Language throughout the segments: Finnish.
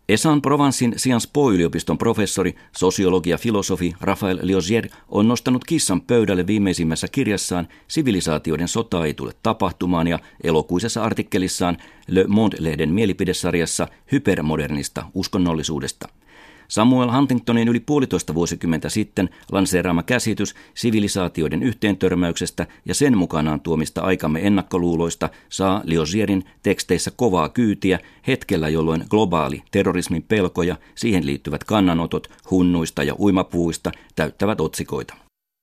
Aix-en-Provencen Sciences Po-yliopiston professori, sosiologi ja filosofi Raphaël Liozier on nostanut kissan pöydälle viimeisimmässä kirjassaan Sivilisaatioiden sota ei tule tapahtumaan ja elokuisessa artikkelissaan Le Monde-lehden mielipidesarjassa hypermodernista uskonnollisuudesta. Samuel Huntingtonin yli puolitoista vuosikymmentä sitten lanseeraama käsitys sivilisaatioiden yhteentörmäyksestä ja sen mukanaan tuomista aikamme ennakkoluuloista saa Liozierin teksteissä kovaa kyytiä hetkellä, jolloin globaali terrorismin pelko ja siihen liittyvät kannanotot hunnuista ja uimapuuista täyttävät otsikoita.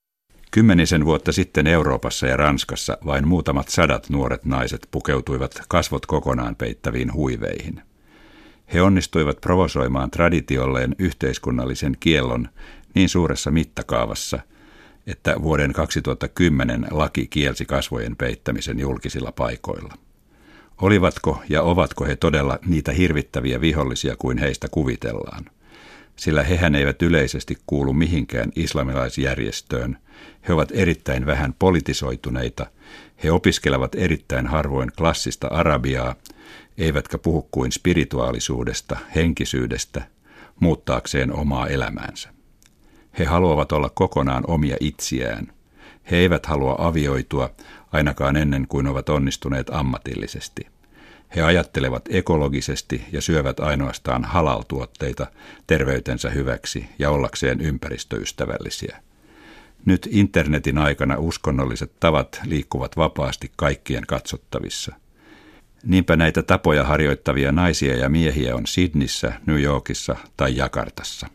10 vuotta sitten Euroopassa ja Ranskassa vain muutamat sadat nuoret naiset pukeutuivat kasvot kokonaan peittäviin huiveihin. He onnistuivat provosoimaan traditiolleen yhteiskunnallisen kiellon niin suuressa mittakaavassa, että vuoden 2010 laki kielsi kasvojen peittämisen julkisilla paikoilla. Olivatko ja ovatko he todella niitä hirvittäviä vihollisia kuin heistä kuvitellaan? Sillä hehän eivät yleisesti kuulu mihinkään islamilaisjärjestöön. He ovat erittäin vähän politisoituneita. He opiskelevat erittäin harvoin klassista arabiaa, eivätkä puhu kuin spirituaalisuudesta, henkisyydestä, muuttaakseen omaa elämäänsä. He haluavat olla kokonaan omia itsiään. He eivät halua avioitua, ainakaan ennen kuin ovat onnistuneet ammatillisesti. He ajattelevat ekologisesti ja syövät ainoastaan halal-tuotteita terveytensä hyväksi ja ollakseen ympäristöystävällisiä. Nyt internetin aikana uskonnolliset tavat liikkuvat vapaasti kaikkien katsottavissa. Niinpä näitä tapoja harjoittavia naisia ja miehiä on Sydneyssä, New Yorkissa tai Jakartassa.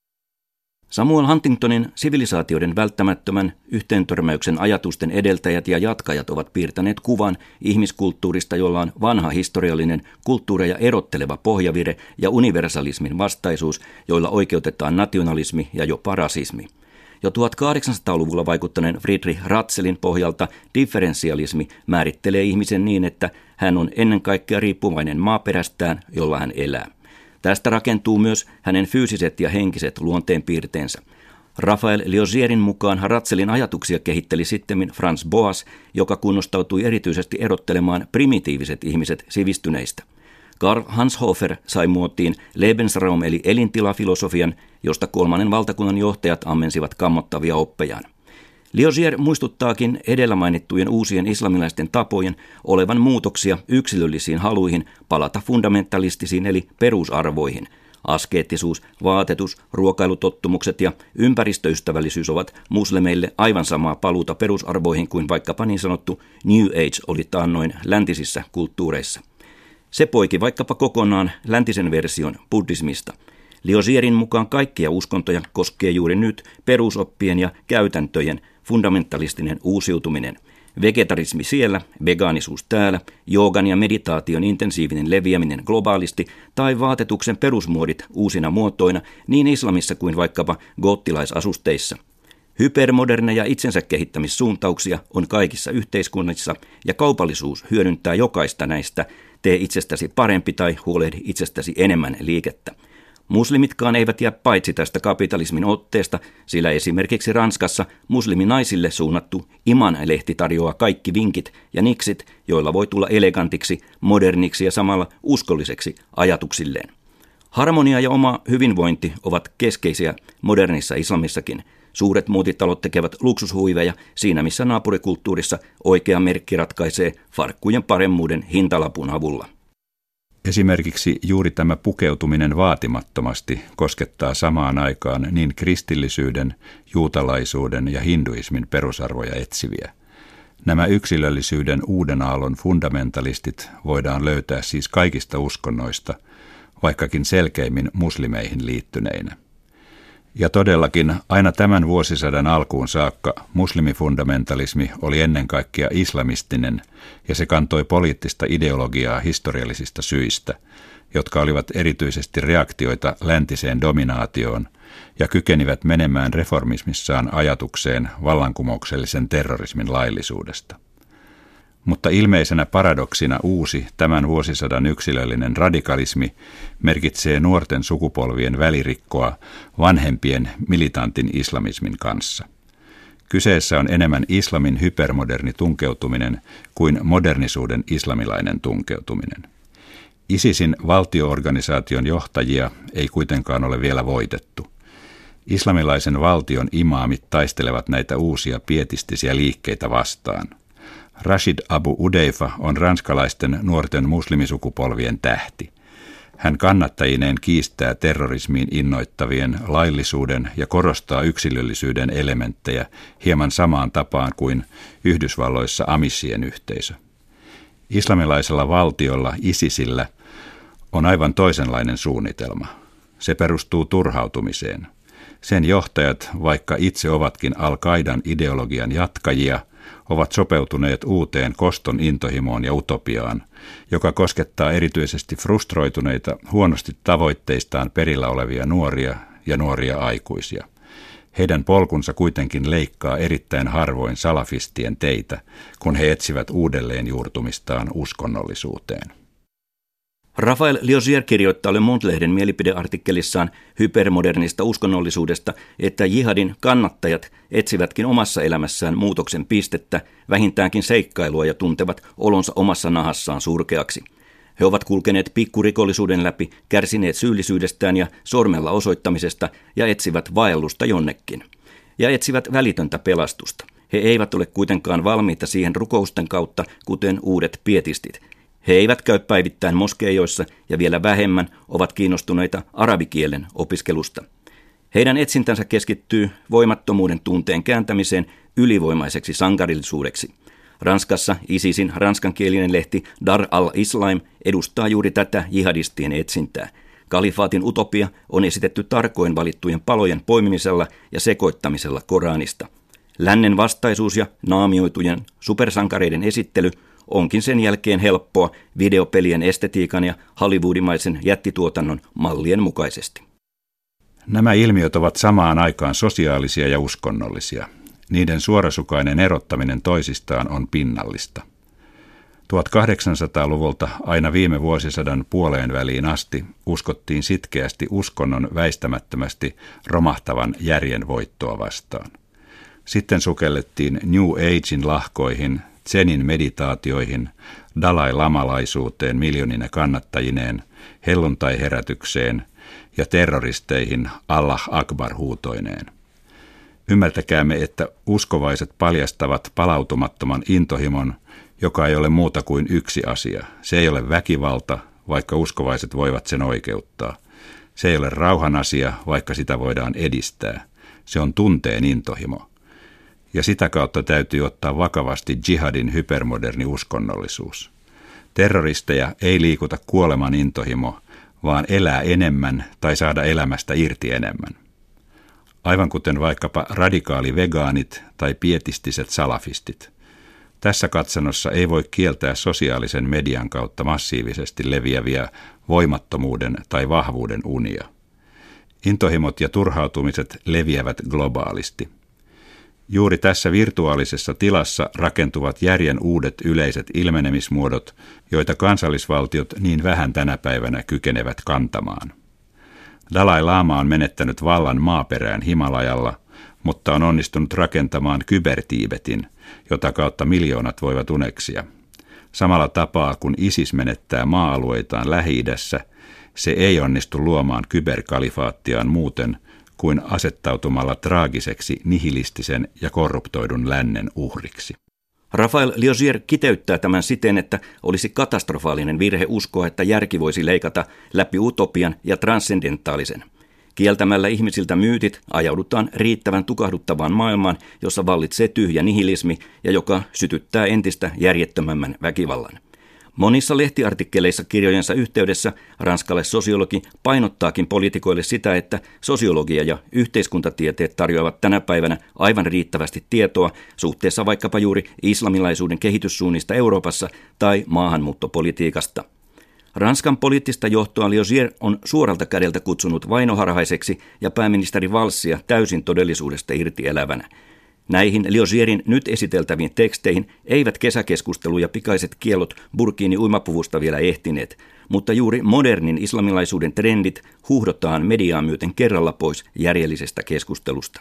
Samuel Huntingtonin sivilisaatioiden välttämättömän yhteentörmäyksen ajatusten edeltäjät ja jatkajat ovat piirtäneet kuvan ihmiskulttuurista, jolla on vanha historiallinen kulttuureja erotteleva pohjavire ja universalismin vastaisuus, joilla oikeutetaan nationalismi ja jopa rasismi. Jo 1800-luvulla vaikuttaneen Friedrich Ratzelin pohjalta differentialismi määrittelee ihmisen niin, että hän on ennen kaikkea riippuvainen maaperästään, jolla hän elää. Tästä rakentuu myös hänen fyysiset ja henkiset luonteenpiirteensä. Raphaël Liozierin mukaan Ratzelin ajatuksia kehitteli sittemmin Franz Boas, joka kunnostautui erityisesti erottelemaan primitiiviset ihmiset sivistyneistä. Karl Hanshofer sai muotiin Lebensraum eli elintilafilosofian, josta kolmannen valtakunnan johtajat ammensivat kammottavia oppejaan. Liozier muistuttaakin edellä mainittujen uusien islamilaisten tapojen olevan muutoksia yksilöllisiin haluihin palata fundamentalistisiin eli perusarvoihin. Askeettisuus, vaatetus, ruokailutottumukset ja ympäristöystävällisyys ovat muslimeille aivan samaa paluuta perusarvoihin kuin vaikkapa niin sanottu New Age oli taannoin läntisissä kulttuureissa. Se poiki vaikkapa kokonaan läntisen version buddhismista. Liozierin mukaan kaikkia uskontoja koskee juuri nyt perusoppien ja käytäntöjen fundamentalistinen uusiutuminen. Vegetarismi siellä, vegaanisuus täällä, joogan ja meditaation intensiivinen leviäminen globaalisti tai vaatetuksen perusmuodit uusina muotoina niin islamissa kuin vaikkapa goottilaisasusteissa. Hypermoderneja itsensä kehittämissuuntauksia on kaikissa yhteiskunnissa ja kaupallisuus hyödyntää jokaista näistä tee itsestäsi parempi tai huolehdi itsestäsi enemmän liikettä. Muslimitkaan eivät jää paitsi tästä kapitalismin otteesta, sillä esimerkiksi Ranskassa musliminaisille suunnattu Iman-lehti tarjoaa kaikki vinkit ja niksit, joilla voi tulla elegantiksi, moderniksi ja samalla uskolliseksi ajatuksilleen. Harmonia ja oma hyvinvointi ovat keskeisiä modernissa islamissakin. Suuret muotitalot tekevät luksushuiveja siinä, missä naapurikulttuurissa oikea merkki ratkaisee farkkujen paremmuuden hintalapun avulla. Esimerkiksi juuri tämä pukeutuminen vaatimattomasti koskettaa samaan aikaan niin kristillisyyden, juutalaisuuden ja hinduismin perusarvoja etsiviä. Nämä yksilöllisyyden uuden aallon fundamentalistit voidaan löytää siis kaikista uskonnoista, vaikkakin selkeimmin muslimeihin liittyneinä. Ja todellakin aina tämän vuosisadan alkuun saakka muslimifundamentalismi oli ennen kaikkea islamistinen ja se kantoi poliittista ideologiaa historiallisista syistä, jotka olivat erityisesti reaktioita läntiseen dominaatioon ja kykenivät menemään reformismissaan ajatukseen vallankumouksellisen terrorismin laillisuudesta. Mutta ilmeisenä paradoksina uusi tämän vuosisadan yksilöllinen radikalismi merkitsee nuorten sukupolvien välirikkoa vanhempien militantin islamismin kanssa. Kyseessä on enemmän islamin hypermoderni tunkeutuminen kuin modernisuuden islamilainen tunkeutuminen. ISISin valtioorganisaation johtajia ei kuitenkaan ole vielä voitettu. Islamilaisen valtion imaamit taistelevat näitä uusia pietistisiä liikkeitä vastaan. Rashid Abu Udeifa on ranskalaisten nuorten muslimisukupolvien tähti. Hän kannattajineen kiistää terrorismiin innoittavien laillisuuden ja korostaa yksilöllisyyden elementtejä hieman samaan tapaan kuin Yhdysvalloissa amissien yhteisö. Islamilaisella valtiolla, ISISillä, on aivan toisenlainen suunnitelma. Se perustuu turhautumiseen. Sen johtajat, vaikka itse ovatkin Al-Qaidan ideologian jatkajia, ovat sopeutuneet uuteen koston intohimoon ja utopiaan, joka koskettaa erityisesti frustroituneita, huonosti tavoitteistaan perillä olevia nuoria ja nuoria aikuisia. Heidän polkunsa kuitenkin leikkaa erittäin harvoin salafistien teitä, kun he etsivät uudelleen juurtumistaan uskonnollisuuteen. Raphael Liosier kirjoittaa Le Monde-lehden mielipideartikkelissaan hypermodernista uskonnollisuudesta, että jihadin kannattajat etsivätkin omassa elämässään muutoksen pistettä, vähintäänkin seikkailua ja tuntevat olonsa omassa nahassaan surkeaksi. He ovat kulkeneet pikkurikollisuuden läpi, kärsineet syyllisyydestään ja sormella osoittamisesta ja etsivät vaellusta jonnekin. Ja etsivät välitöntä pelastusta. He eivät ole kuitenkaan valmiita siihen rukousten kautta, kuten uudet pietistit. He eivät käy päivittäin moskeijoissa ja vielä vähemmän ovat kiinnostuneita arabikielen opiskelusta. Heidän etsintänsä keskittyy voimattomuuden tunteen kääntämiseen ylivoimaiseksi sankarillisuudeksi. Ranskassa ISISin ranskankielinen lehti Dar al-Islam edustaa juuri tätä jihadistien etsintää. Kalifaatin utopia on esitetty tarkoin valittujen palojen poimimisella ja sekoittamisella Koranista. Lännen vastaisuus ja naamioitujen supersankareiden esittely onkin sen jälkeen helppoa videopelien estetiikan ja hollywoodimaisen jättituotannon mallien mukaisesti. Nämä ilmiöt ovat samaan aikaan sosiaalisia ja uskonnollisia. Niiden suorasukainen erottaminen toisistaan on pinnallista. 1800-luvulta aina viime vuosisadan puoleen väliin asti uskottiin sitkeästi uskonnon väistämättömästi romahtavan järjen voittoa vastaan. Sitten sukellettiin New Agein lahkoihin, Zenin meditaatioihin, dalai-lamalaisuuteen miljoonine kannattajineen, helluntai-herätykseen ja terroristeihin Allah Akbar-huutoineen. Ymmärtäkäämme, että uskovaiset paljastavat palautumattoman intohimon, joka ei ole muuta kuin yksi asia. Se ei ole väkivalta, vaikka uskovaiset voivat sen oikeuttaa. Se ei ole rauhan asia, vaikka sitä voidaan edistää. Se on tunteen intohimo. Ja sitä kautta täytyy ottaa vakavasti jihadin hypermoderni uskonnollisuus. Terroristeja ei liikuta kuoleman intohimo, vaan elää enemmän tai saada elämästä irti enemmän. Aivan kuten vaikkapa radikaalivegaanit tai pietistiset salafistit. Tässä katsannossa ei voi kieltää sosiaalisen median kautta massiivisesti leviäviä voimattomuuden tai vahvuuden unia. Intohimot ja turhautumiset leviävät globaalisti. Juuri tässä virtuaalisessa tilassa rakentuvat järjen uudet yleiset ilmenemismuodot, joita kansallisvaltiot niin vähän tänä päivänä kykenevät kantamaan. Dalai Lama on menettänyt vallan maaperään Himalajalla, mutta on onnistunut rakentamaan kybertiibetin, jota kautta miljoonat voivat uneksia. Samalla tapaa kun ISIS menettää maa-alueitaan Lähi-idässä, se ei onnistu luomaan kyberkalifaattiaan muuten kuin asettautumalla traagiseksi nihilistisen ja korruptoidun lännen uhriksi. Raphael Liosier kiteyttää tämän siten, että olisi katastrofaalinen virhe uskoa, että järki voisi leikata läpi utopian ja transcendentaalisen. Kieltämällä ihmisiltä myytit ajaudutaan riittävän tukahduttavaan maailmaan, jossa vallitsee tyhjä nihilismi ja joka sytyttää entistä järjettömämmän väkivallan. Monissa lehtiartikkeleissa kirjojensa yhteydessä ranskalaissosiologi painottaakin poliitikoille sitä, että sosiologia ja yhteiskuntatieteet tarjoavat tänä päivänä aivan riittävästi tietoa suhteessa vaikkapa juuri islamilaisuuden kehityssuunnista Euroopassa tai maahanmuuttopolitiikasta. Ranskan poliittista johtoa Liosier on suoralta kädeltä kutsunut vainoharhaiseksi ja pääministeri Valssia täysin todellisuudesta irti elävänä. Näihin Liosierin nyt esiteltäviin teksteihin eivät kesäkeskustelu ja pikaiset kiellot burkiini-uimapuvusta vielä ehtineet, mutta juuri modernin islamilaisuuden trendit huuhdotaan mediaa myöten kerralla pois järjellisestä keskustelusta.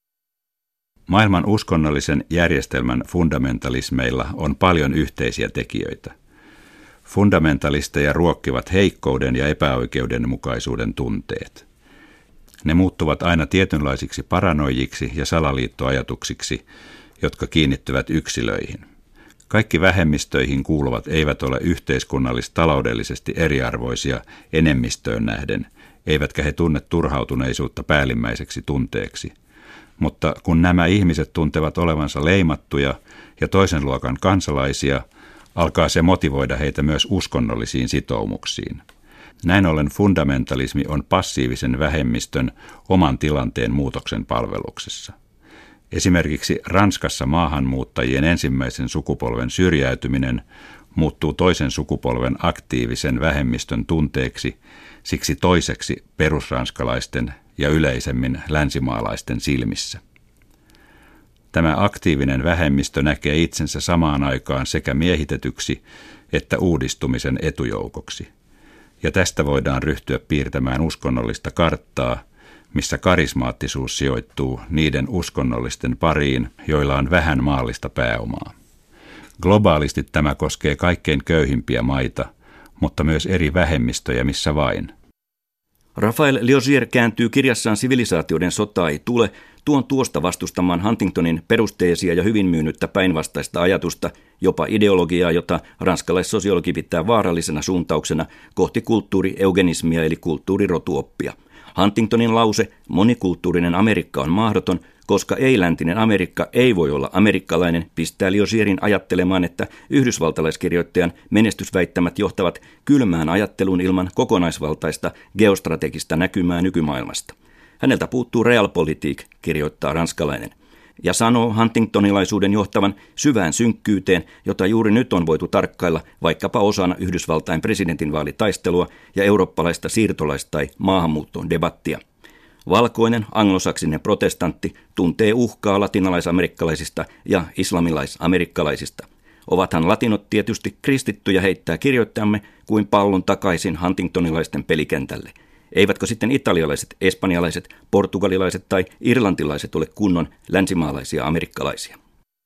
Maailman uskonnollisen järjestelmän fundamentalismeilla on paljon yhteisiä tekijöitä. Fundamentalisteja ruokkivat heikkouden ja epäoikeudenmukaisuuden tunteet. Ne muuttuvat aina tietynlaisiksi paranoijiksi ja salaliittoajatuksiksi, jotka kiinnittyvät yksilöihin. Kaikki vähemmistöihin kuuluvat eivät ole yhteiskunnallis-taloudellisesti eriarvoisia enemmistöön nähden, eivätkä he tunne turhautuneisuutta päällimmäiseksi tunteeksi. Mutta kun nämä ihmiset tuntevat olevansa leimattuja ja toisen luokan kansalaisia, alkaa se motivoida heitä myös uskonnollisiin sitoumuksiin. Näin ollen fundamentalismi on passiivisen vähemmistön oman tilanteen muutoksen palveluksessa. Esimerkiksi Ranskassa maahanmuuttajien ensimmäisen sukupolven syrjäytyminen muuttuu toisen sukupolven aktiivisen vähemmistön tunteeksi, siksi toiseksi perusranskalaisten ja yleisemmin länsimaalaisten silmissä. Tämä aktiivinen vähemmistö näkee itsensä samaan aikaan sekä miehitetyksi että uudistumisen etujoukoksi. Ja tästä voidaan ryhtyä piirtämään uskonnollista karttaa, missä karismaattisuus sijoittuu niiden uskonnollisten pariin, joilla on vähän maallista pääomaa. Globaalisti tämä koskee kaikkein köyhimpiä maita, mutta myös eri vähemmistöjä missä vain. Raphael Lyosier kääntyy kirjassaan Sivilisaatioiden sota ei tule tuosta vastustamaan Huntingtonin perusteesia ja hyvin myynyttä päinvastaista ajatusta, jopa ideologiaa, jota ranskalaissosiologi pitää vaarallisena suuntauksena kohti kulttuurieugenismia eli kulttuurirotuoppia. Huntingtonin lause monikulttuurinen Amerikka on mahdoton, koska ei-läntinen Amerikka ei voi olla amerikkalainen, pistää Lyosierin ajattelemaan, että yhdysvaltalaiskirjoittajan menestysväittämät johtavat kylmään ajatteluun ilman kokonaisvaltaista geostrategista näkymää nykymaailmasta. Häneltä puuttuu realpolitik, kirjoittaa ranskalainen, ja sanoo huntingtonilaisuuden johtavan syvään synkkyyteen, jota juuri nyt on voitu tarkkailla vaikkapa osana Yhdysvaltain presidentinvaalitaistelua ja eurooppalaista siirtolais- tai maahanmuuttoon debattia. Valkoinen anglosaksinen protestantti tuntee uhkaa latinalaisamerikkalaisista ja islamilaisamerikkalaisista. Ovathan latinot tietysti kristittyjä, heittää kirjoittajamme kuin pallon takaisin huntingtonilaisten pelikentälle. Eivätkö sitten italialaiset, espanjalaiset, portugalilaiset tai irlantilaiset ole kunnon länsimaalaisia amerikkalaisia?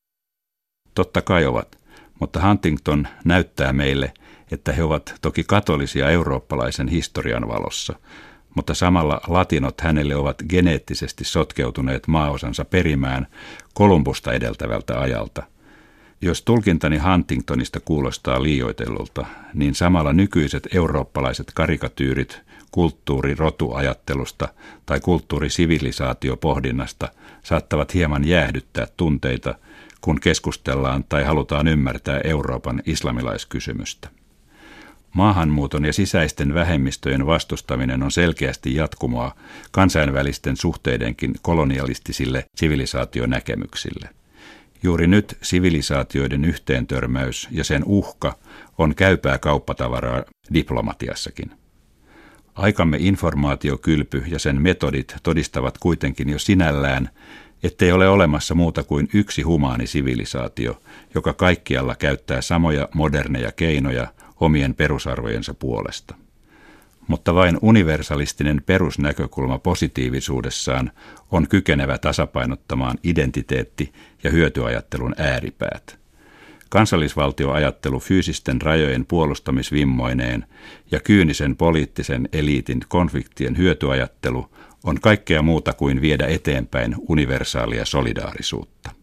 Totta kai ovat, mutta Huntington näyttää meille, että he ovat toki katolisia eurooppalaisen historian valossa, mutta samalla latinot hänelle ovat geneettisesti sotkeutuneet maaosansa perimään Kolumbusta edeltävältä ajalta. Jos tulkintani Huntingtonista kuulostaa liioitellulta, niin samalla nykyiset eurooppalaiset karikatyyrit kulttuurirotuajattelusta tai kulttuurisivilisaatiopohdinnasta saattavat hieman jäähdyttää tunteita, kun keskustellaan tai halutaan ymmärtää Euroopan islamilaiskysymystä. Maahanmuuton ja sisäisten vähemmistöjen vastustaminen on selkeästi jatkumoa kansainvälisten suhteidenkin kolonialistisille sivilisaationäkemyksille. Juuri nyt sivilisaatioiden yhteentörmäys ja sen uhka on käypää kauppatavaraa diplomatiassakin. Aikamme informaatiokylpy ja sen metodit todistavat kuitenkin jo sinällään, ettei ole olemassa muuta kuin yksi humaani sivilisaatio, joka kaikkialla käyttää samoja moderneja keinoja omien perusarvojensa puolesta. Mutta vain universalistinen perusnäkökulma positiivisuudessaan on kykenevä tasapainottamaan identiteetti- ja hyötyajattelun ääripäät. Kansallisvaltioajattelu fyysisten rajojen puolustamisvimmoineen ja kyynisen poliittisen eliitin konfliktien hyötyajattelu on kaikkea muuta kuin viedä eteenpäin universaalia solidaarisuutta.